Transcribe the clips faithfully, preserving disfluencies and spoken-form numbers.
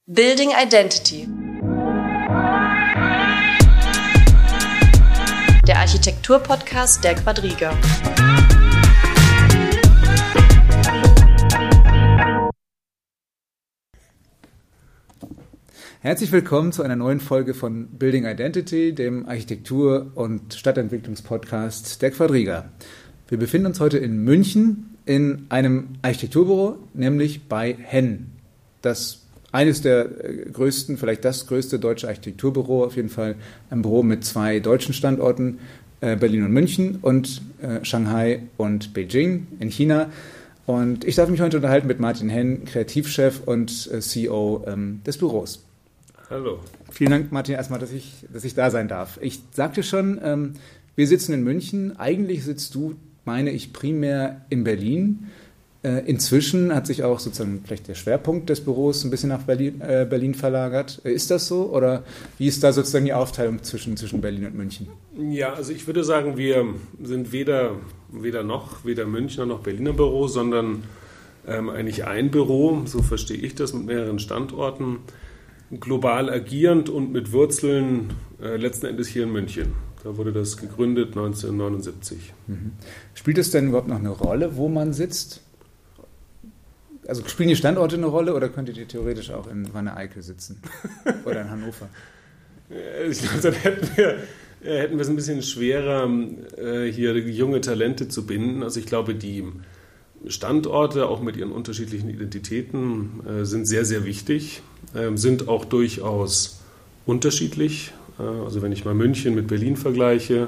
Building Identity. Der Architektur-Podcast der Quadriga. Herzlich willkommen zu einer neuen Folge von Building Identity, dem Architektur- und Stadtentwicklungspodcast der Quadriga. Wir befinden uns heute in München in einem Architekturbüro, nämlich bei Henn. Das eines der größten, vielleicht das größte deutsche Architekturbüro, auf jeden Fall ein Büro mit zwei deutschen Standorten, äh, Berlin und München und äh, Shanghai und Beijing in China. Und ich darf mich heute unterhalten mit Martin Henn, Kreativchef und äh, C E O ähm, des Büros. Hallo. Vielen Dank, Martin, erstmal, dass ich, dass ich da sein darf. Ich sagte schon, ähm, wir sitzen in München. Eigentlich sitzt du, meine ich, primär in Berlin. Äh, inzwischen hat sich auch sozusagen vielleicht der Schwerpunkt des Büros ein bisschen nach Berlin, äh, Berlin verlagert. Ist das so? Oder wie ist da sozusagen die Aufteilung zwischen, zwischen Berlin und München? Ja, also ich würde sagen, wir sind weder, weder noch, weder Münchner noch Berliner Büro, sondern ähm, eigentlich ein Büro, so verstehe ich das, mit mehreren Standorten, global agierend und mit Wurzeln äh, letzten Endes hier in München. Da wurde das gegründet neunzehnhundertneunundsiebzig. Mhm. Spielt es denn überhaupt noch eine Rolle, wo man sitzt? Also spielen die Standorte eine Rolle oder könntet ihr theoretisch auch in Wanne-Eickel sitzen oder in Hannover? Ich glaube, dann hätten wir, hätten wir es ein bisschen schwerer, hier junge Talente zu binden. Also ich glaube, die Standorte, auch mit ihren unterschiedlichen Identitäten, sind sehr, sehr wichtig, sind auch durchaus unterschiedlich. Also wenn ich mal München mit Berlin vergleiche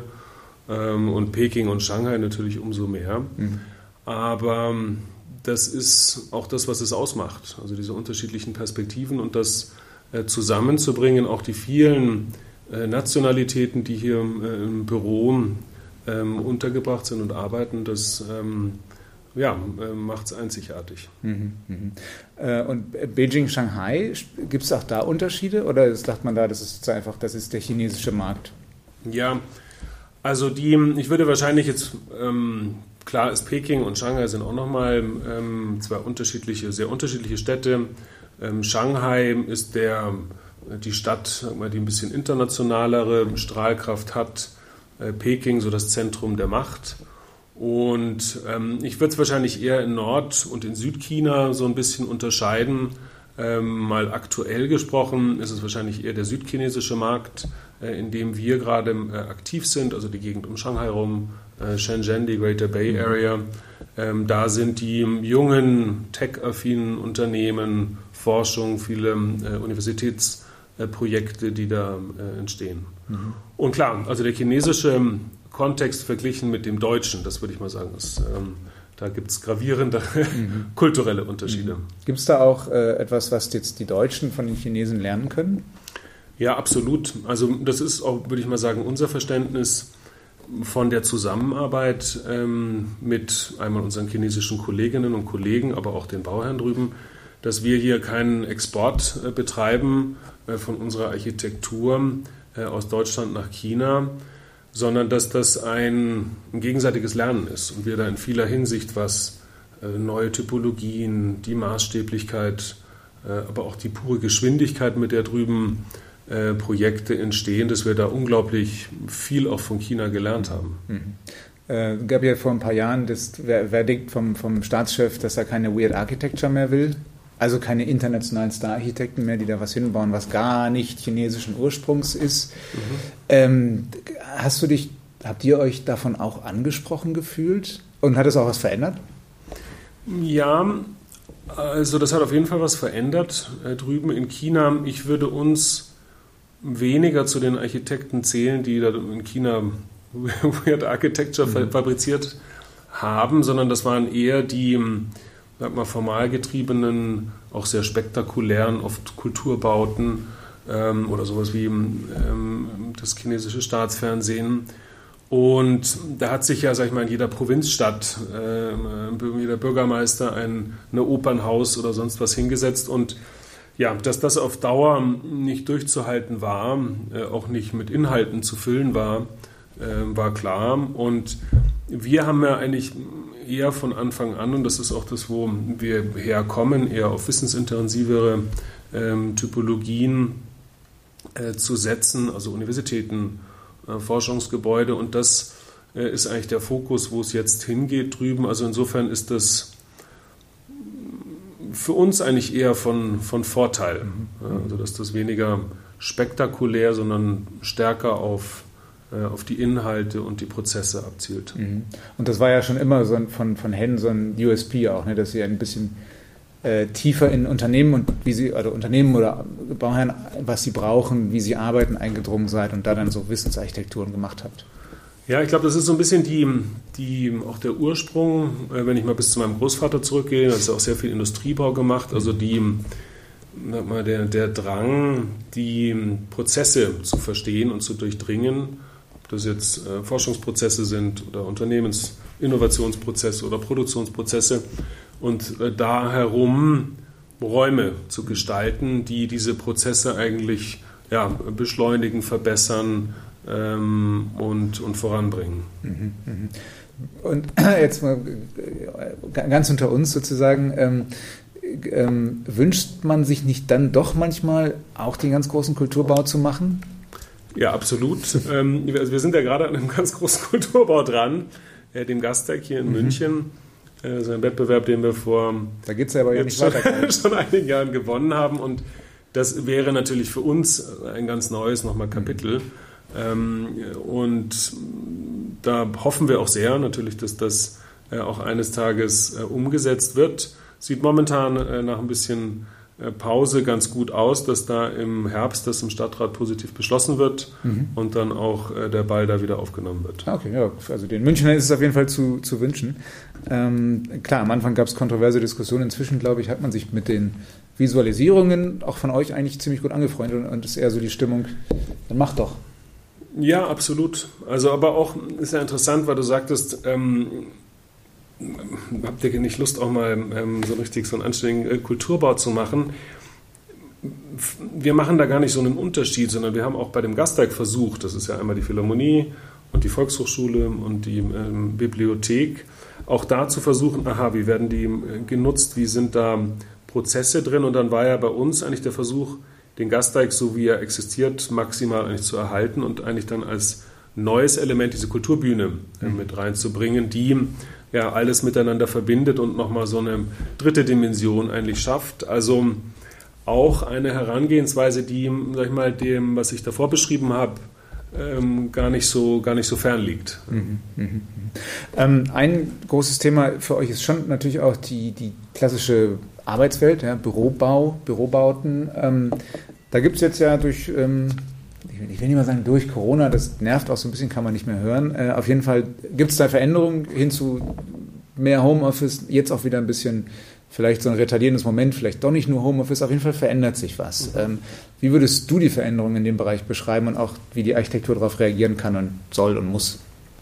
und Peking und Shanghai natürlich umso mehr. Mhm. Aber das ist auch das, was es ausmacht, also diese unterschiedlichen Perspektiven und das äh, zusammenzubringen, auch die vielen äh, Nationalitäten, die hier äh, im Büro ähm, untergebracht sind und arbeiten, das ähm, ja, äh, macht es einzigartig. Mhm, mhm. Äh, und Beijing, Shanghai, gibt es auch da Unterschiede oder sagt man da, das ist einfach, das ist der chinesische Markt? Ja, also die, ich würde wahrscheinlich jetzt ähm, klar ist, Peking und Shanghai sind auch nochmal ähm, zwei unterschiedliche, sehr unterschiedliche Städte. Ähm, Shanghai ist der, die Stadt, sag mal, die ein bisschen internationalere Strahlkraft hat. Äh, Peking so das Zentrum der Macht. Und ähm, ich würde es wahrscheinlich eher in Nord- und in Südchina so ein bisschen unterscheiden. Ähm, mal aktuell gesprochen ist es wahrscheinlich eher der südchinesische Markt, äh, in dem wir gerade äh, aktiv sind, also die Gegend um Shanghai rum, äh, Shenzhen, die Greater Bay Area. Ähm, da sind die jungen, tech-affinen Unternehmen, Forschung, viele äh, Universitätsprojekte, äh, die da äh, entstehen. Mhm. Und klar, also der chinesische Kontext verglichen mit dem deutschen, das würde ich mal sagen, ist, ähm, da gibt es gravierende mhm. kulturelle Unterschiede. Mhm. Gibt es da auch äh, etwas, was jetzt die Deutschen von den Chinesen lernen können? Ja, absolut. Also das ist auch, würde ich mal sagen, unser Verständnis von der Zusammenarbeit ähm, mit einmal unseren chinesischen Kolleginnen und Kollegen, aber auch den Bauherren drüben, dass wir hier keinen Export äh, betreiben äh, von unserer Architektur äh, aus Deutschland nach China, sondern dass das ein, ein gegenseitiges Lernen ist und wir da in vieler Hinsicht, was äh, neue Typologien, die Maßstäblichkeit, äh, aber auch die pure Geschwindigkeit, mit der drüben äh, Projekte entstehen, dass wir da unglaublich viel auch von China gelernt haben. Mhm. Äh, gab ja vor ein paar Jahren das Verdikt vom, vom Staatschef, dass er keine Weird Architecture mehr will. Also keine internationalen Star-Architekten mehr, die da was hinbauen, was gar nicht chinesischen Ursprungs ist. Mhm. Ähm, hast du dich, habt ihr euch davon auch angesprochen gefühlt? Und hat es auch was verändert? Ja, also das hat auf jeden Fall was verändert äh, drüben in China. Ich würde uns weniger zu den Architekten zählen, die da in China Weird Architecture mhm. fabriziert haben, sondern das waren eher die, sag mal, formal getriebenen, auch sehr spektakulären, oft Kulturbauten ähm, oder sowas wie ähm, das chinesische Staatsfernsehen. Und da hat sich ja, sag ich mal, in jeder Provinzstadt, äh, jeder Bürgermeister ein eine Opernhaus oder sonst was hingesetzt. Und ja, dass das auf Dauer nicht durchzuhalten war, äh, auch nicht mit Inhalten zu füllen war, äh, war klar. Und wir haben ja eigentlich eher von Anfang an, und das ist auch das, wo wir herkommen, eher auf wissensintensivere ähm, Typologien äh, zu setzen, also Universitäten, äh, Forschungsgebäude, und das äh, ist eigentlich der Fokus, wo es jetzt hingeht drüben. Also insofern ist das für uns eigentlich eher von, von Vorteil, mhm. also dass das weniger spektakulär, sondern stärker auf auf die Inhalte und die Prozesse abzielt. Und das war ja schon immer so ein, von, von Hen so ein U S P auch, ne, dass sie ein bisschen äh, tiefer in Unternehmen und wie sie, oder Unternehmen oder Bauherren, was sie brauchen, wie sie arbeiten, eingedrungen seid und da dann so Wissensarchitekturen gemacht habt. Ja, ich glaube, das ist so ein bisschen die, die, auch der Ursprung, äh, wenn ich mal bis zu meinem Großvater zurückgehe, das ist auch sehr viel Industriebau gemacht, also die, sag mal, der, der Drang, die Prozesse zu verstehen und zu durchdringen, ob das jetzt äh, Forschungsprozesse sind oder Unternehmensinnovationsprozesse oder Produktionsprozesse, und äh, da herum Räume zu gestalten, die diese Prozesse eigentlich ja, beschleunigen, verbessern ähm, und, und voranbringen. Mhm, mhm. Und jetzt mal ganz unter uns sozusagen, ähm, ähm, wünscht man sich nicht dann doch manchmal auch den ganz großen Kulturbau zu machen? Ja, absolut. ähm, also wir sind ja gerade an einem ganz großen Kulturbau dran, äh, dem Gasteig hier in mhm. München. Äh, so ein Wettbewerb, den wir vor da geht's ja aber ja nicht schon, weiter, schon einigen Jahren gewonnen haben. Und das wäre natürlich für uns ein ganz neues nochmal Kapitel. Mhm. Ähm, und da hoffen wir auch sehr natürlich, dass das äh, auch eines Tages äh, umgesetzt wird. Sieht momentan äh, nach ein bisschen Pause ganz gut aus, dass da im Herbst das im Stadtrat positiv beschlossen wird mhm. und dann auch äh, der Ball da wieder aufgenommen wird. Okay, ja, also den Münchnern ist es auf jeden Fall zu, zu wünschen. Ähm, klar, am Anfang gab es kontroverse Diskussionen. Inzwischen, glaube ich, hat man sich mit den Visualisierungen auch von euch eigentlich ziemlich gut angefreundet und ist eher so die Stimmung, dann mach doch. Ja, absolut. Also aber auch ist ja interessant, weil du sagtest, ähm, habt ihr nicht Lust, auch mal ähm, so richtig so einen anständigen äh, Kulturbau zu machen? Wir machen da gar nicht so einen Unterschied, sondern wir haben auch bei dem Gasteig versucht, das ist ja einmal die Philharmonie und die Volkshochschule und die ähm, Bibliothek, auch da zu versuchen, aha, wie werden die äh, genutzt, wie sind da Prozesse drin, und dann war ja bei uns eigentlich der Versuch, den Gasteig, so wie er existiert, maximal eigentlich zu erhalten und eigentlich dann als neues Element diese Kulturbühne äh, mit reinzubringen, die ja alles miteinander verbindet und nochmal so eine dritte Dimension eigentlich schafft. Also auch eine Herangehensweise, die, sag ich mal, dem, was ich davor beschrieben habe, ähm, gar nicht so, gar nicht so fern liegt. Mhm, mh, mh. Ähm, ein großes Thema für euch ist schon natürlich auch die, die klassische Arbeitswelt, ja, Bürobau, Bürobauten. Ähm, da gibt es jetzt ja durch... Ähm, ich will nicht mal sagen, durch Corona, das nervt auch so ein bisschen, kann man nicht mehr hören. Äh, auf jeden Fall gibt es da Veränderungen hin zu mehr Homeoffice, jetzt auch wieder ein bisschen vielleicht so ein retardierendes Moment, vielleicht doch nicht nur Homeoffice, auf jeden Fall verändert sich was. Ähm, wie würdest du die Veränderungen in dem Bereich beschreiben und auch wie die Architektur darauf reagieren kann und soll und muss?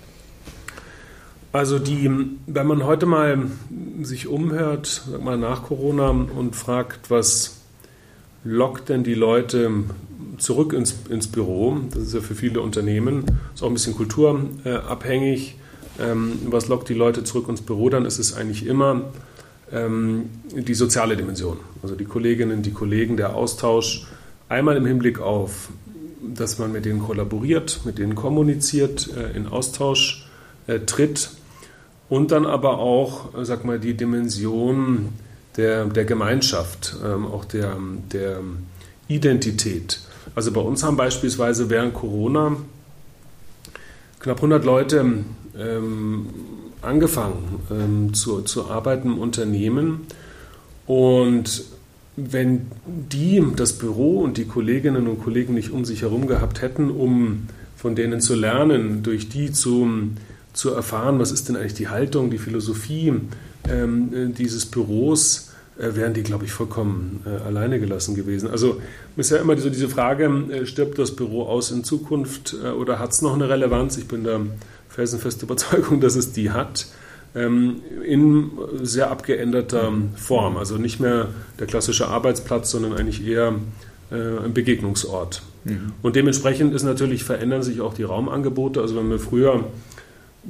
Also die, wenn man heute mal sich umhört, sag mal nach Corona, und fragt, was lockt denn die Leute zurück ins, ins Büro, das ist ja für viele Unternehmen, ist auch ein bisschen kulturabhängig, ähm, was lockt die Leute zurück ins Büro, dann ist es eigentlich immer ähm, die soziale Dimension, also die Kolleginnen, die Kollegen, der Austausch, einmal im Hinblick auf, dass man mit denen kollaboriert, mit denen kommuniziert, äh, in Austausch äh, tritt, und dann aber auch, äh, sag mal, die Dimension der, der Gemeinschaft, ähm, auch der, der Identität. Also bei uns haben beispielsweise während Corona knapp hundert Leute ähm, angefangen ähm, zu, zu arbeiten im Unternehmen, und wenn die das Büro und die Kolleginnen und Kollegen nicht um sich herum gehabt hätten, um von denen zu lernen, durch die zu, zu erfahren, was ist denn eigentlich die Haltung, die Philosophie ähm, dieses Büros, wären die, glaube ich, vollkommen äh, alleine gelassen gewesen. Also ist ja immer so diese Frage, äh, stirbt das Büro aus in Zukunft äh, oder hat es noch eine Relevanz? Ich bin der felsenfesten Überzeugung, dass es die hat, ähm, in sehr abgeänderter Form. Also nicht mehr der klassische Arbeitsplatz, sondern eigentlich eher äh, ein Begegnungsort. Mhm. Und dementsprechend ist natürlich, verändern sich auch die Raumangebote. Also wenn wir früher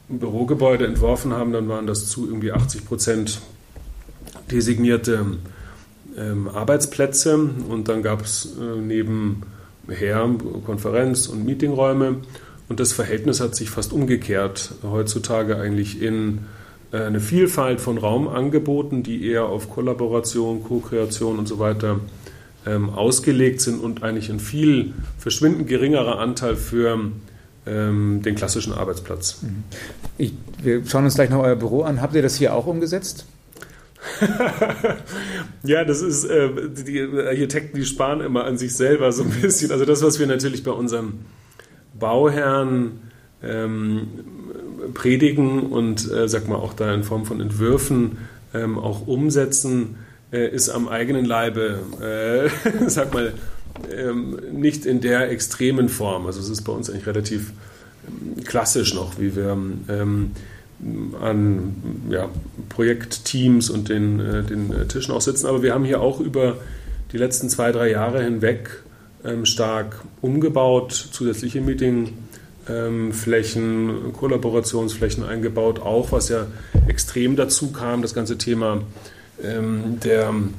Bürogebäude entworfen haben, dann waren das zu irgendwie achtzig Prozent designierte ähm, Arbeitsplätze und dann gab es äh, nebenher Konferenz- und Meetingräume und das Verhältnis hat sich fast umgekehrt heutzutage eigentlich in äh, eine Vielfalt von Raumangeboten, die eher auf Kollaboration, Co-Kreation und so weiter ähm, ausgelegt sind und eigentlich ein viel verschwindend geringerer Anteil für ähm, den klassischen Arbeitsplatz. Ich, wir schauen uns gleich noch euer Büro an. Habt ihr das hier auch umgesetzt? Ja, das ist, äh, die Architekten, die sparen immer an sich selber so ein bisschen. Also das, was wir natürlich bei unserem Bauherrn ähm, predigen und, äh, sag mal, auch da in Form von Entwürfen ähm, auch umsetzen, äh, ist am eigenen Leibe, äh, sag mal, ähm, nicht in der extremen Form. Also es ist bei uns eigentlich relativ ähm, klassisch noch, wie wir ähm, an ja, Projektteams und den, äh, den Tischen auch sitzen. Aber wir haben hier auch über die letzten zwei, drei Jahre hinweg ähm, stark umgebaut, zusätzliche Meetingflächen, ähm, Kollaborationsflächen eingebaut, auch was ja extrem dazu kam, das ganze Thema ähm, der ähm,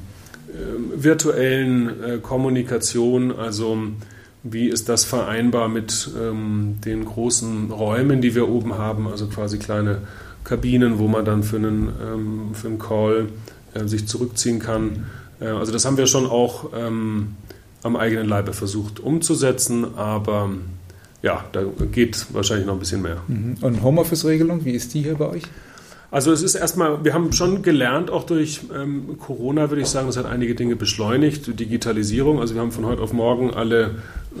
virtuellen äh, Kommunikation, also wie ist das vereinbar mit ähm, den großen Räumen, die wir oben haben, also quasi kleine Kabinen, wo man dann für einen, ähm, für einen Call äh, sich zurückziehen kann. Äh, also das haben wir schon auch ähm, am eigenen Leibe versucht umzusetzen, aber ja, da geht wahrscheinlich noch ein bisschen mehr. Und Homeoffice-Regelung, wie ist die hier bei euch? Also es ist erstmal, wir haben schon gelernt, auch durch ähm, Corona würde ich sagen, das hat einige Dinge beschleunigt, Digitalisierung. Also wir haben von heute auf morgen alle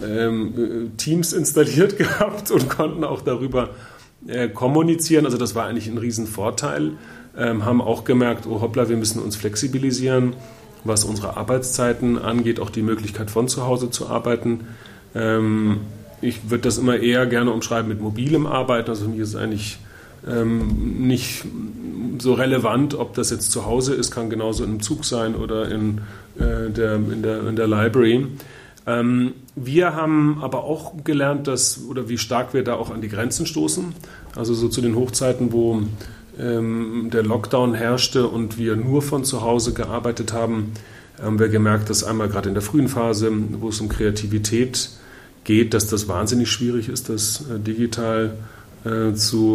ähm, Teams installiert gehabt und konnten auch darüber äh, kommunizieren. Also das war eigentlich ein Riesenvorteil. Ähm, haben auch gemerkt, oh hoppla, wir müssen uns flexibilisieren, was unsere Arbeitszeiten angeht, auch die Möglichkeit von zu Hause zu arbeiten. Ähm, ich würde das immer eher gerne umschreiben mit mobilem Arbeiten. Also für mich ist es eigentlich Ähm, nicht so relevant, ob das jetzt zu Hause ist, kann genauso im Zug sein oder in, äh, der, in, der, in der Library. Ähm, wir haben aber auch gelernt, dass, oder wie stark wir da auch an die Grenzen stoßen. Also so zu den Hochzeiten, wo ähm, der Lockdown herrschte und wir nur von zu Hause gearbeitet haben, haben wir gemerkt, dass einmal gerade in der frühen Phase, wo es um Kreativität geht, dass das wahnsinnig schwierig ist, das äh, digital äh, zu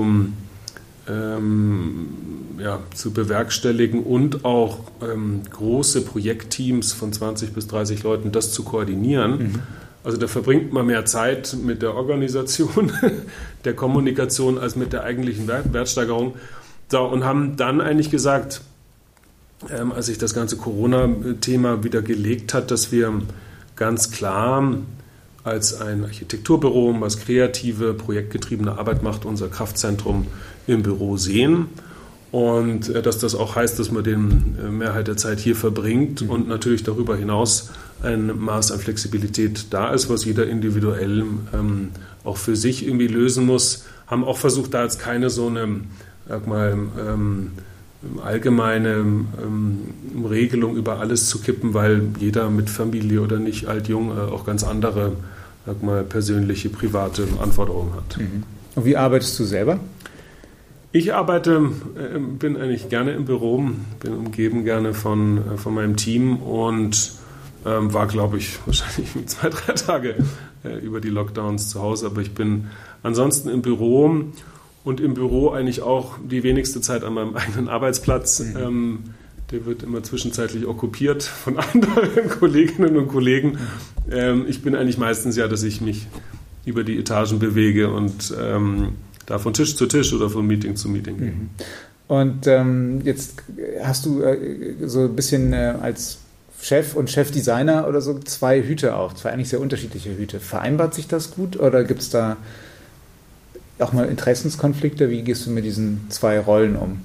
Ähm, ja, zu bewerkstelligen und auch ähm, große Projektteams von zwanzig bis dreißig Leuten, das zu koordinieren. Mhm. Also da verbringt man mehr Zeit mit der Organisation, der Kommunikation als mit der eigentlichen Wert- Wertsteigerung. So, und haben dann eigentlich gesagt, ähm, als sich das ganze Corona-Thema wieder gelegt hat, dass wir ganz klar als ein Architekturbüro, was kreative, projektgetriebene Arbeit macht, unser Kraftzentrum im Büro sehen und äh, dass das auch heißt, dass man den äh, Mehrheit der Zeit hier verbringt mhm. und natürlich darüber hinaus ein Maß an Flexibilität da ist, was jeder individuell ähm, auch für sich irgendwie lösen muss. Haben auch versucht, da jetzt keine so eine, sag mal, ähm, allgemeine ähm, Regelung über alles zu kippen, weil jeder mit Familie oder nicht alt, jung äh, auch ganz andere, sag mal, persönliche, private Anforderungen hat. Mhm. Und wie arbeitest du selber? Ich arbeite, äh, bin eigentlich gerne im Büro, bin umgeben gerne von, äh, von meinem Team und ähm, war, glaube ich, wahrscheinlich zwei, drei Tage äh, über die Lockdowns zu Hause, aber ich bin ansonsten im Büro und im Büro eigentlich auch die wenigste Zeit an meinem eigenen Arbeitsplatz. Mhm. Ähm, der wird immer zwischenzeitlich okkupiert von anderen Kolleginnen und Kollegen. Ähm, ich bin eigentlich meistens ja, dass ich mich über die Etagen bewege und ähm, da von Tisch zu Tisch oder von Meeting zu Meeting gehen. Mhm. Und ähm, jetzt hast du äh, so ein bisschen äh, als Chef und Chefdesigner oder so zwei Hüte auf, zwei eigentlich sehr unterschiedliche Hüte. Vereinbart sich das gut oder gibt es da auch mal Interessenskonflikte? Wie gehst du mit diesen zwei Rollen um?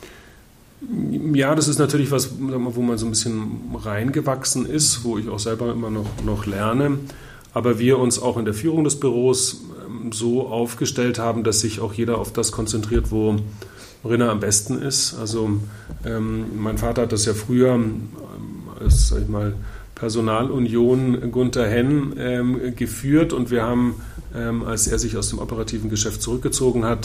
Ja, das ist natürlich was, wo man so ein bisschen reingewachsen ist, wo ich auch selber immer noch, noch lerne. Aber wir uns auch in der Führung des Büros so aufgestellt haben, dass sich auch jeder auf das konzentriert, worin er am besten ist. Also ähm, mein Vater hat das ja früher ähm, als, sag ich mal, Personalunion Gunther Henn ähm, geführt und wir haben, ähm, als er sich aus dem operativen Geschäft zurückgezogen hat,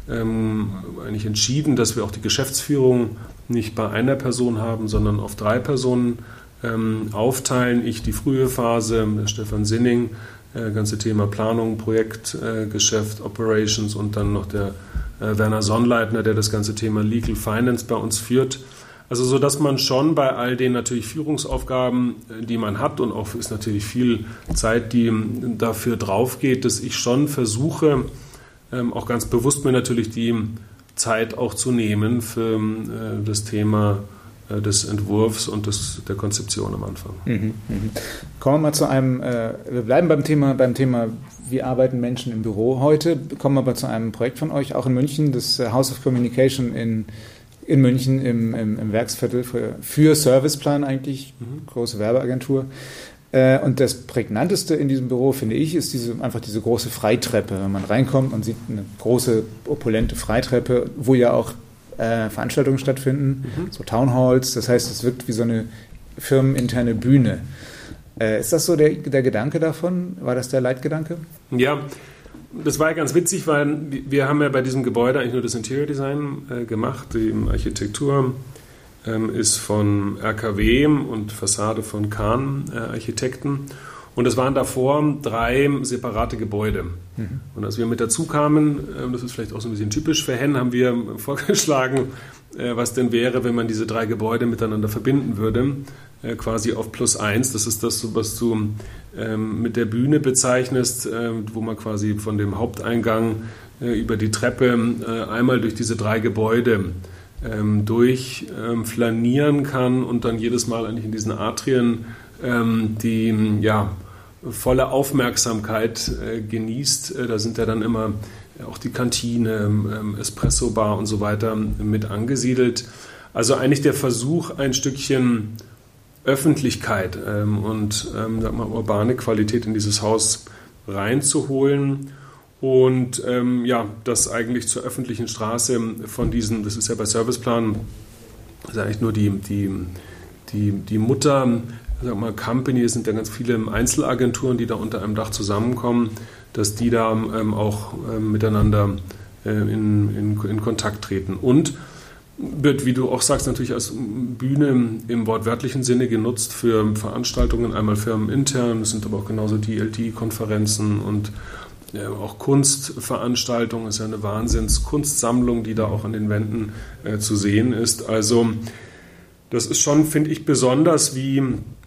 ähm, eigentlich entschieden, dass wir auch die Geschäftsführung nicht bei einer Person haben, sondern auf drei Personen ähm, aufteilen. Ich die frühe Phase, der Stefan Sinning, äh, ganze Thema Planung, Projektgeschäft, äh, Operations und dann noch der äh, Werner Sonnleitner, der das ganze Thema Legal Finance bei uns führt. Also so, dass man schon bei all den natürlich Führungsaufgaben, die man hat, und auch ist natürlich viel Zeit, die dafür drauf geht, dass ich schon versuche, ähm, auch ganz bewusst mir natürlich die Zeit auch zu nehmen für äh, das Thema äh, des Entwurfs und des, der Konzeption am Anfang. Mhm, mhm. Kommen wir mal zu einem, äh, wir bleiben beim Thema, beim Thema, wie arbeiten Menschen im Büro heute, kommen wir aber zu einem Projekt von euch, auch in München, das House of Communication in in München im, im, im Werksviertel für, für Serviceplan eigentlich, mhm. große Werbeagentur. Äh, und das Prägnanteste in diesem Büro, finde ich, ist diese, einfach diese große Freitreppe. Wenn man reinkommt und sieht eine große, opulente Freitreppe, wo ja auch äh, Veranstaltungen stattfinden, mhm. so Townhalls. Das heißt, es wirkt wie so eine firmeninterne Bühne. Äh, ist das so der, der Gedanke davon? War das der Leitgedanke? Ja, das war ja ganz witzig, weil wir haben ja bei diesem Gebäude eigentlich nur das Interior Design äh, gemacht. Die Architektur ähm, ist von R K W und Fassade von Kahn äh, Architekten. Und es waren davor drei separate Gebäude. Mhm. Und als wir mit dazu kamen, äh, das ist vielleicht auch so ein bisschen typisch für Hen, haben wir vorgeschlagen, äh, was denn wäre, wenn man diese drei Gebäude miteinander verbinden würde, äh, quasi auf plus eins. Das ist das, was du ähm, mit der Bühne bezeichnest, äh, wo man quasi von dem Haupteingang äh, über die Treppe äh, einmal durch diese drei Gebäude ähm, durch ähm, flanieren kann und dann jedes Mal eigentlich in diesen Atrien ähm, die ja, volle Aufmerksamkeit äh, genießt. Äh, da sind ja dann immer auch die Kantine, ähm, Espresso-Bar und so weiter mit angesiedelt. Also eigentlich der Versuch, ein Stückchen Öffentlichkeit ähm, und ähm, sag mal, urbane Qualität in dieses Haus reinzuholen und ähm, ja, das eigentlich zur öffentlichen Straße von diesen, das ist ja bei Serviceplan, das ist eigentlich nur die, die, die, die Mutter, sag mal, Company, es sind ja ganz viele Einzelagenturen, die da unter einem Dach zusammenkommen, dass die da ähm, auch ähm, miteinander äh, in, in, in Kontakt treten. Und wird, wie du auch sagst, natürlich als Bühne im wortwörtlichen Sinne genutzt für Veranstaltungen, einmal firmenintern, es sind aber auch genauso D L T-Konferenzen und ja, auch Kunstveranstaltungen, es ist ja eine Wahnsinns-Kunstsammlung, die da auch an den Wänden äh, zu sehen ist. Also das ist schon, finde ich, besonders, wie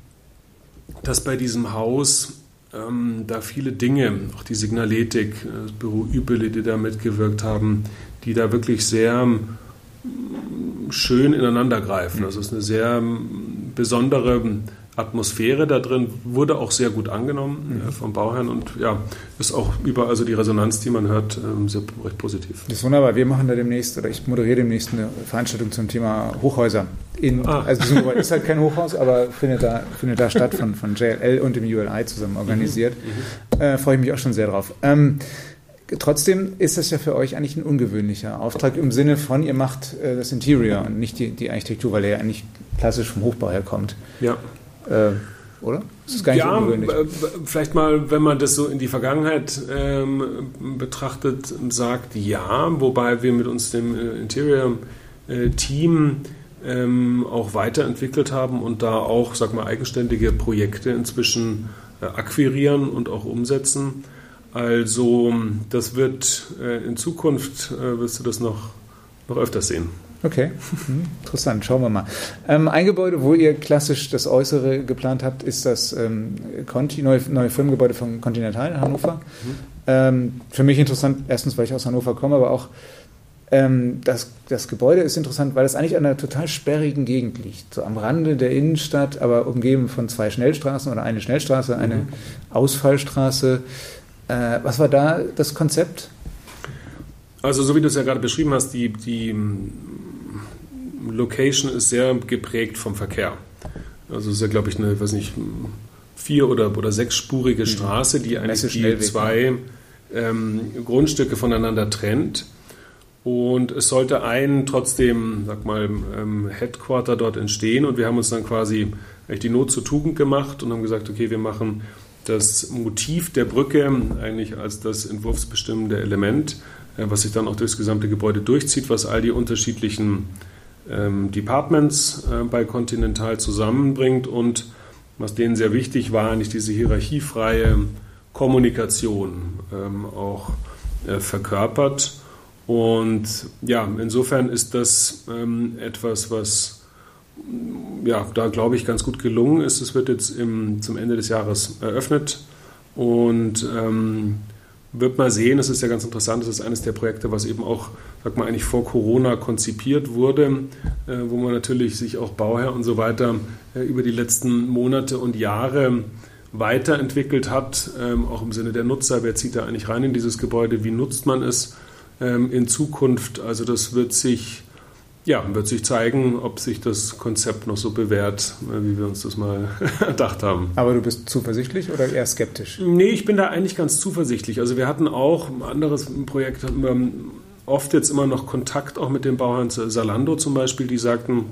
dass bei diesem Haus ähm, da viele Dinge, auch die Signaletik, das Büro Übele, die da mitgewirkt haben, die da wirklich sehr schön ineinander greifen. Also es ist eine sehr besondere Atmosphäre da drin, wurde auch sehr gut angenommen mhm. äh, vom Bauherrn und ja, ist auch überall, also die Resonanz, die man hört, ähm, sehr recht positiv. Das ist wunderbar. Wir machen da demnächst, oder ich moderiere demnächst eine Veranstaltung zum Thema Hochhäuser. In, ah. Also das ist halt kein Hochhaus, aber findet da, findet da statt, von, von J L L und dem U L I zusammen organisiert. Mhm. Äh, freue ich mich auch schon sehr drauf. Ähm, Trotzdem ist das ja für euch eigentlich ein ungewöhnlicher Auftrag im Sinne von, ihr macht äh, das Interior und nicht die, die Architektur, weil er ja eigentlich klassisch vom Hochbau herkommt. Ja. Äh, oder? Das ist gar nicht ja, ungewöhnlich. Äh, vielleicht mal, wenn man das so in die Vergangenheit ähm, betrachtet, sagt ja, wobei wir mit uns dem äh, Interior-Team ähm, auch weiterentwickelt haben und da auch, sag mal, eigenständige Projekte inzwischen äh, akquirieren und auch umsetzen. Also das wird äh, in Zukunft, äh, wirst du das noch, noch öfters sehen. Okay, hm, interessant, schauen wir mal. Ähm, ein Gebäude, wo ihr klassisch das Äußere geplant habt, ist das ähm, Conti, neue, neue Firmengebäude von Continental in Hannover. Mhm. Ähm, für mich interessant, erstens, weil ich aus Hannover komme, aber auch ähm, das, das Gebäude ist interessant, weil es eigentlich an einer total sperrigen Gegend liegt. So am Rande der Innenstadt, aber umgeben von zwei Schnellstraßen oder eine Schnellstraße, eine mhm. Ausfallstraße. Äh, was war da das Konzept? Also so wie du es ja gerade beschrieben hast, die, die Location ist sehr geprägt vom Verkehr. Also es ist ja, glaube ich, eine, weiß nicht, vier- oder, oder sechsspurige Straße, die eigentlich die zwei ähm, Grundstücke voneinander trennt. Und es sollte ein trotzdem, sag mal, ähm, Headquarter dort entstehen. Und wir haben uns dann quasi die Not zur Tugend gemacht und haben gesagt, okay, wir machen das Motiv der Brücke eigentlich als das entwurfsbestimmende Element äh, was sich dann auch durchs gesamte Gebäude durchzieht, was all die unterschiedlichen ähm, Departments äh, bei Continental zusammenbringt und was denen sehr wichtig war, eigentlich diese hierarchiefreie Kommunikation ähm, auch äh, verkörpert. Und ja, insofern ist das ähm, etwas, was ja, da glaube ich ganz gut gelungen ist. Es wird jetzt im, zum Ende des Jahres eröffnet und ähm, wird mal sehen, es ist ja ganz interessant, das ist eines der Projekte, was eben auch, sag mal, eigentlich vor Corona konzipiert wurde, äh, wo man natürlich sich auch Bauherr und so weiter äh, über die letzten Monate und Jahre weiterentwickelt hat, ähm, auch im Sinne der Nutzer, wer zieht da eigentlich rein in dieses Gebäude, wie nutzt man es ähm, in Zukunft. Also das wird sich, ja, wird sich zeigen, ob sich das Konzept noch so bewährt, äh, wie wir uns das mal erdacht haben. Aber du bist zuversichtlich oder eher skeptisch? Nee, ich bin da eigentlich ganz zuversichtlich. Also wir hatten auch ein anderes Projekt, hatten wir oft jetzt immer noch Kontakt auch mit den Bauherren, Zalando zum Beispiel, die sagten,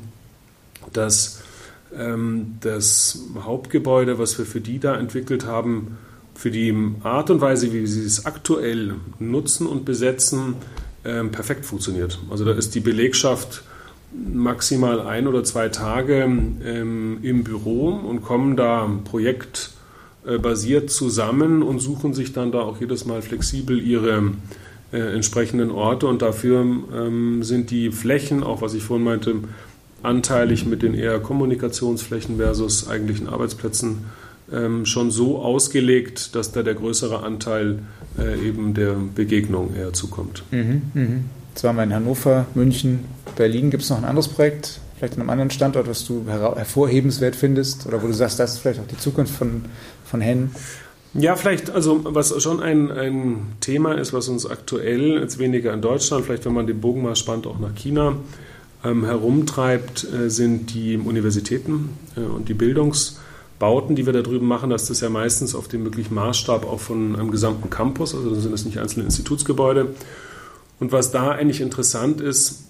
dass ähm, das Hauptgebäude, was wir für die da entwickelt haben, für die Art und Weise, wie sie es aktuell nutzen und besetzen, ähm, perfekt funktioniert. Also da ist die Belegschaft maximal ein oder zwei Tage ähm, im Büro und kommen da projektbasiert zusammen und suchen sich dann da auch jedes Mal flexibel ihre äh, entsprechenden Orte. Und dafür ähm, sind die Flächen, auch was ich vorhin meinte, anteilig mit den eher Kommunikationsflächen versus eigentlichen Arbeitsplätzen ähm, schon so ausgelegt, dass da der größere Anteil äh, eben der Begegnung eher zukommt. Mhm, mhm. Jetzt waren wir in Hannover, München, Berlin. Gibt es noch ein anderes Projekt, vielleicht an einem anderen Standort, was du her- hervorhebenswert findest oder wo du sagst, das ist vielleicht auch die Zukunft von, von Hennen? Ja, vielleicht, also was schon ein, ein Thema ist, was uns aktuell, jetzt weniger in Deutschland, vielleicht wenn man den Bogen mal spannt, auch nach China ähm, herumtreibt, äh, sind die Universitäten äh, und die Bildungsbauten, die wir da drüben machen. Das ist ja meistens auf dem möglichen Maßstab auch von einem gesamten Campus, also sind das nicht einzelne Institutsgebäude. Und was da eigentlich interessant ist,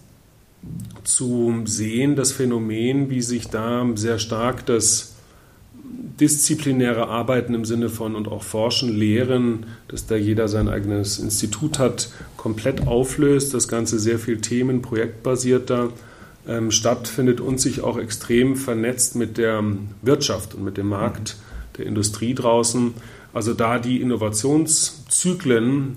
zu sehen, das Phänomen, wie sich da sehr stark das disziplinäre Arbeiten im Sinne von und auch Forschen, Lehren, dass da jeder sein eigenes Institut hat, komplett auflöst, das Ganze sehr viel themen-, projektbasierter ähm, stattfindet und sich auch extrem vernetzt mit der Wirtschaft und mit dem Markt der Industrie draußen. Also da die Innovationszyklen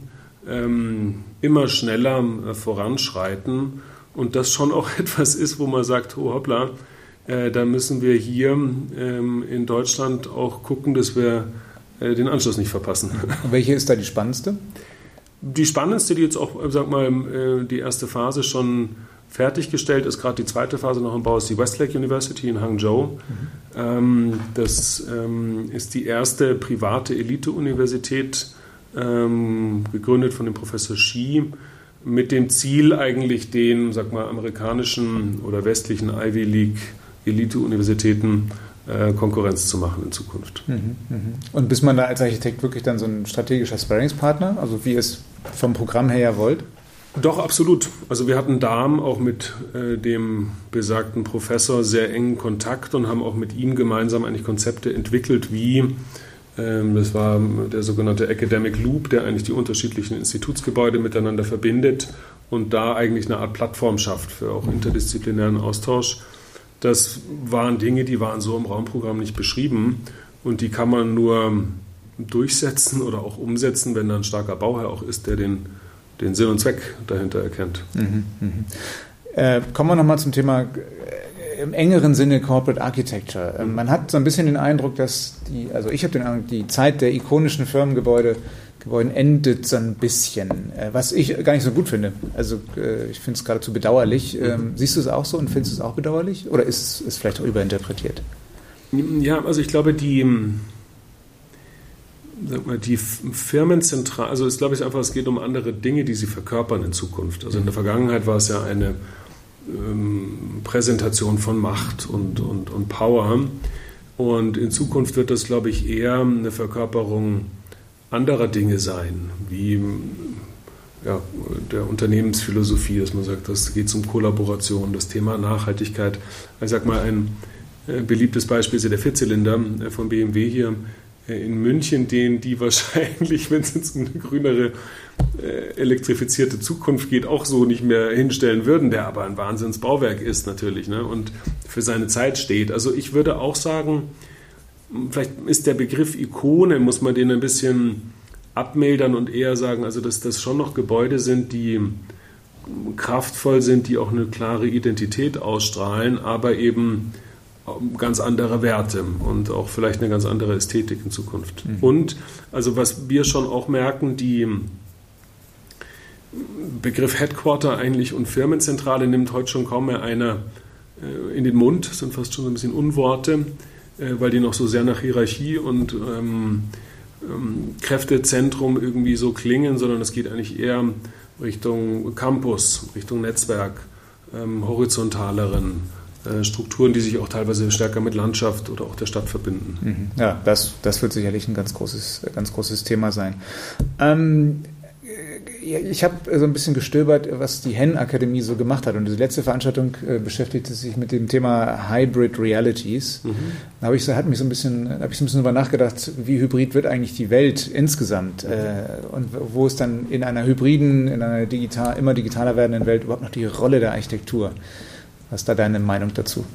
ähm, immer schneller äh, voranschreiten und das schon auch etwas ist, wo man sagt, oh hoppla, äh, da müssen wir hier ähm, in Deutschland auch gucken, dass wir äh, den Anschluss nicht verpassen. Und welche ist da die spannendste? Die spannendste, die jetzt auch, sag mal, äh, die erste Phase schon fertiggestellt ist, gerade die zweite Phase noch im Bau, ist die Westlake University in Hangzhou. Mhm. Ähm, das ähm, ist die erste private Elite-Universität, ähm, gegründet von dem Professor Xi, mit dem Ziel eigentlich den, sag mal, amerikanischen oder westlichen Ivy League Elite-Universitäten äh, Konkurrenz zu machen in Zukunft. Mhm, mh. Und bist man da als Architekt wirklich dann so ein strategischer Sparringspartner, also wie ihr es vom Programm her ja wollt? Doch, absolut. Also wir hatten da auch mit äh, dem besagten Professor sehr engen Kontakt und haben auch mit ihm gemeinsam eigentlich Konzepte entwickelt, wie ähm, das war der sogenannte Academic Loop, der eigentlich die unterschiedlichen Institutsgebäude miteinander verbindet und da eigentlich eine Art Plattform schafft für auch interdisziplinären Austausch. Das waren Dinge, die waren so im Raumprogramm nicht beschrieben und die kann man nur durchsetzen oder auch umsetzen, wenn da ein starker Bauherr auch ist, der den den Sinn und Zweck dahinter erkennt. Mhm, mh. äh, kommen wir nochmal zum Thema äh, im engeren Sinne Corporate Architecture. Äh, man hat so ein bisschen den Eindruck, dass die, also ich habe den Eindruck, die Zeit der ikonischen Firmengebäude Gebäuden endet so ein bisschen, äh, was ich gar nicht so gut finde. Also äh, ich finde es geradezu bedauerlich. Ähm, siehst du es auch so und findest du es auch bedauerlich? Oder ist es vielleicht auch überinterpretiert? Ja, also ich glaube, die Sag mal, die Firmenzentral, also ich glaube ich einfach, es geht um andere Dinge, die sie verkörpern in Zukunft. Also in der Vergangenheit war es ja eine ähm, Präsentation von Macht und, und, und Power und in Zukunft wird das, glaube ich, eher eine Verkörperung anderer Dinge sein, wie ja, der Unternehmensphilosophie, dass man sagt, das geht um Kollaboration, das Thema Nachhaltigkeit. Ich sag mal, ein äh, beliebtes Beispiel ist ja der Vierzylinder äh, von B M W hier in München, den die wahrscheinlich, wenn es jetzt eine grünere äh, elektrifizierte Zukunft geht, auch so nicht mehr hinstellen würden, der aber ein Wahnsinnsbauwerk ist natürlich, ne? Und für seine Zeit steht. Also ich würde auch sagen, vielleicht ist der Begriff Ikone, muss man den ein bisschen abmildern und eher sagen, also dass das schon noch Gebäude sind, die kraftvoll sind, die auch eine klare Identität ausstrahlen, aber eben ganz andere Werte und auch vielleicht eine ganz andere Ästhetik in Zukunft. Mhm. Und also was wir schon auch merken, die Begriff Headquarter eigentlich und Firmenzentrale nimmt heute schon kaum mehr einer in den Mund, das sind fast schon so ein bisschen Unworte, weil die noch so sehr nach Hierarchie und ähm, ähm, Kräftezentrum irgendwie so klingen, sondern es geht eigentlich eher Richtung Campus, Richtung Netzwerk, ähm, horizontaleren äh, Strukturen, die sich auch teilweise stärker mit Landschaft oder auch der Stadt verbinden. Ja, das, das wird sicherlich ein ganz großes, ganz großes Thema sein. Ähm, Ich habe so ein bisschen gestöbert, was die Henn-Akademie so gemacht hat. Und die letzte Veranstaltung äh, beschäftigte sich mit dem Thema Hybrid Realities. Mhm. Da habe ich, so, hat mich so ein bisschen, habe ich so ein bisschen darüber nachgedacht, wie hybrid wird eigentlich die Welt insgesamt? Mhm. Äh, und wo ist dann in einer hybriden, in einer digital, immer digitaler werdenden Welt überhaupt noch die Rolle der Architektur? Was ist da deine Meinung dazu?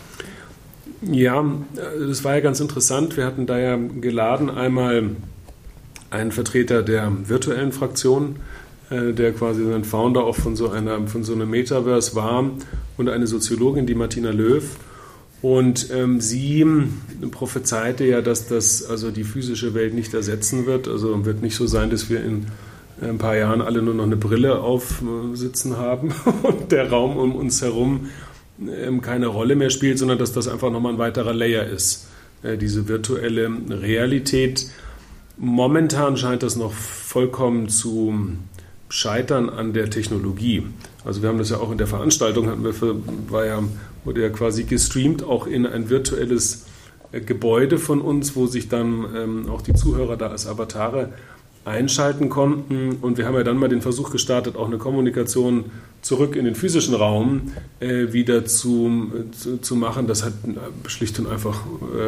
Ja, das war ja ganz interessant. Wir hatten da ja geladen einmal einen Vertreter der virtuellen Fraktion, der quasi ein Founder auch von so einer von so einem Metaverse war, und eine Soziologin, die Martina Löw. Und ähm, sie prophezeite ja, dass das also die physische Welt nicht ersetzen wird. Also wird nicht so sein, dass wir in ein paar Jahren alle nur noch eine Brille aufsitzen haben und der Raum um uns herum ähm, keine Rolle mehr spielt, sondern dass das einfach nochmal ein weiterer Layer ist, äh, diese virtuelle Realität. Momentan scheint das noch vollkommen zu scheitern an der Technologie. Also wir haben das ja auch in der Veranstaltung, hatten wir für, war ja, wurde ja quasi gestreamt, auch in ein virtuelles Gebäude von uns, wo sich dann ähm, auch die Zuhörer da als Avatare einschalten konnten. Und wir haben ja dann mal den Versuch gestartet, auch eine Kommunikation zurück in den physischen Raum äh, wieder zu, zu, zu machen. Das hat schlicht und einfach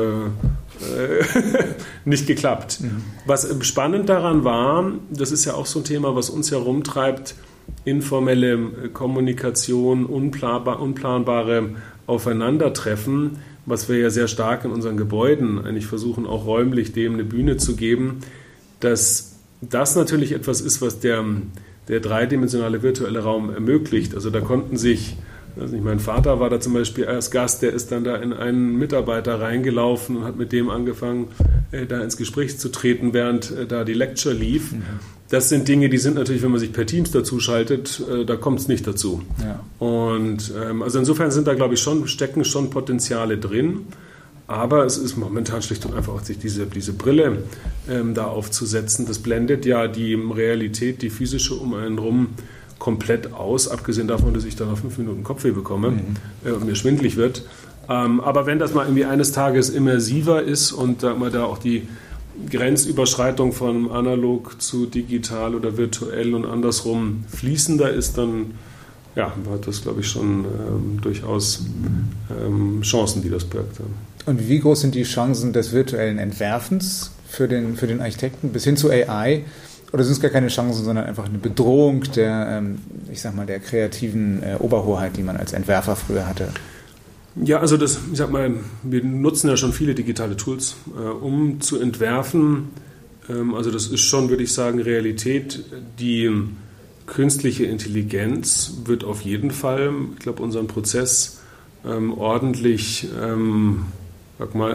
äh, äh, nicht geklappt. Mhm. Was spannend daran war, das ist ja auch so ein Thema, was uns herumtreibt, informelle Kommunikation, unplanbar, unplanbare Aufeinandertreffen, was wir ja sehr stark in unseren Gebäuden eigentlich versuchen, auch räumlich dem eine Bühne zu geben, dass das natürlich etwas ist, was der, der dreidimensionale virtuelle Raum ermöglicht. Also da konnten sich, also nicht, mein Vater war da zum Beispiel als Gast, der ist dann da in einen Mitarbeiter reingelaufen und hat mit dem angefangen, äh, da ins Gespräch zu treten, während äh, da die Lecture lief. Mhm. Das sind Dinge, die sind natürlich, wenn man sich per Teams dazu schaltet, äh, da kommt es nicht dazu. Ja. Und ähm, also insofern sind da, glaube ich, schon, stecken schon Potenziale drin. Aber es ist momentan schlicht und einfach, sich diese, diese Brille ähm, da aufzusetzen. Das blendet ja die Realität, die physische um einen rum komplett aus, abgesehen davon, dass ich da nach fünf Minuten Kopfweh bekomme mhm. äh, und mir schwindelig wird. Ähm, aber wenn das mal irgendwie eines Tages immersiver ist und da mal da auch die Grenzüberschreitung von analog zu digital oder virtuell und andersrum fließender ist, dann ja, hat das, glaube ich, schon ähm, durchaus ähm, Chancen, die das birgt. Ja. Und wie groß sind die Chancen des virtuellen Entwerfens für den, für den Architekten bis hin zu A I? Oder sind es gar keine Chancen, sondern einfach eine Bedrohung der, ich sag mal, der kreativen Oberhoheit, die man als Entwerfer früher hatte? Ja, also das, ich sag mal, wir nutzen ja schon viele digitale Tools, um zu entwerfen. Also das ist schon, würde ich sagen, Realität. Die künstliche Intelligenz wird auf jeden Fall, ich glaube, unseren Prozess ordentlich sag mal,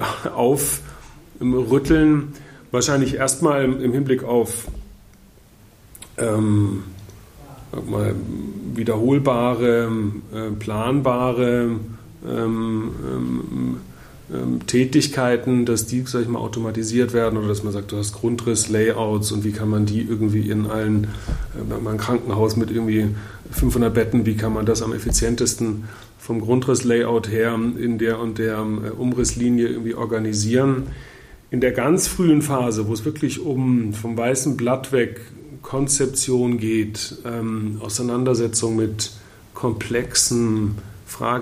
aufrütteln. Wahrscheinlich erstmal im Hinblick auf ähm, sag mal, wiederholbare, äh, planbare ähm, ähm, Tätigkeiten, dass die, sag ich mal, automatisiert werden oder dass man sagt, du hast Grundriss, Layouts und wie kann man die irgendwie in allen, äh, ein Krankenhaus mit irgendwie fünfhundert Betten, wie kann man das am effizientesten vom Grundriss-Layout her in der und der Umrisslinie irgendwie organisieren. In der ganz frühen Phase, wo es wirklich um vom weißen Blatt weg Konzeption geht, ähm, Auseinandersetzung mit komplexen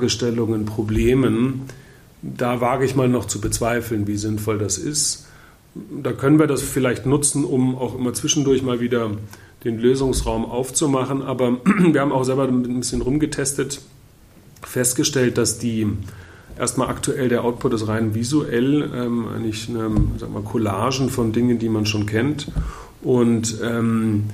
Fragestellungen, Problemen, da wage ich mal noch zu bezweifeln, wie sinnvoll das ist. da können wir das vielleicht nutzen, um auch immer zwischendurch mal wieder den Lösungsraum aufzumachen. Aber wir haben auch selber ein bisschen rumgetestet, festgestellt, dass die erstmal aktuell der Output ist rein visuell, ähm, eigentlich eine, sag mal, Collagen von Dingen, die man schon kennt. Und ähm,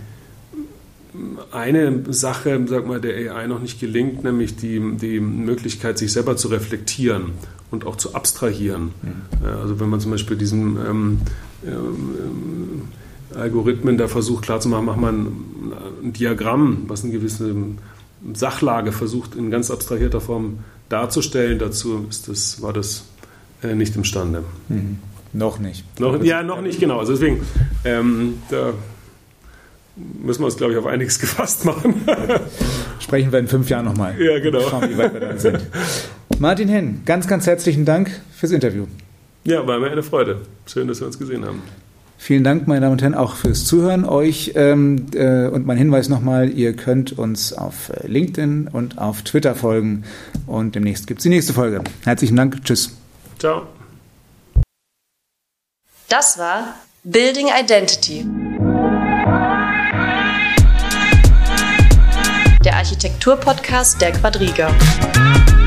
eine Sache, sag mal, der A I noch nicht gelingt, nämlich die, die Möglichkeit, sich selber zu reflektieren und auch zu abstrahieren. Mhm. Also wenn man zum Beispiel diesen ähm, ähm, Algorithmen da versucht klarzumachen, macht man ein, ein Diagramm, was eine gewisse Sachlage versucht in ganz abstrahierter Form darzustellen. Dazu ist das, war das äh, nicht imstande. Mhm. Noch nicht. Noch, ja, noch nicht, genau. Also deswegen, ähm, da müssen wir uns, glaube ich, auf einiges gefasst machen. Sprechen wir in fünf Jahren nochmal. Ja, genau. Schauen, wie weit wir dann sind. Martin Henn, ganz, ganz herzlichen Dank fürs Interview. Ja, war mir eine Freude. Schön, dass wir uns gesehen haben. Vielen Dank, meine Damen und Herren, auch fürs Zuhören. Euch ähm, äh, und mein Hinweis nochmal, ihr könnt uns auf LinkedIn und auf Twitter folgen. Und demnächst gibt es die nächste Folge. Herzlichen Dank. Tschüss. Ciao. Das war Building Identity. Der Architektur-Podcast der Quadriga.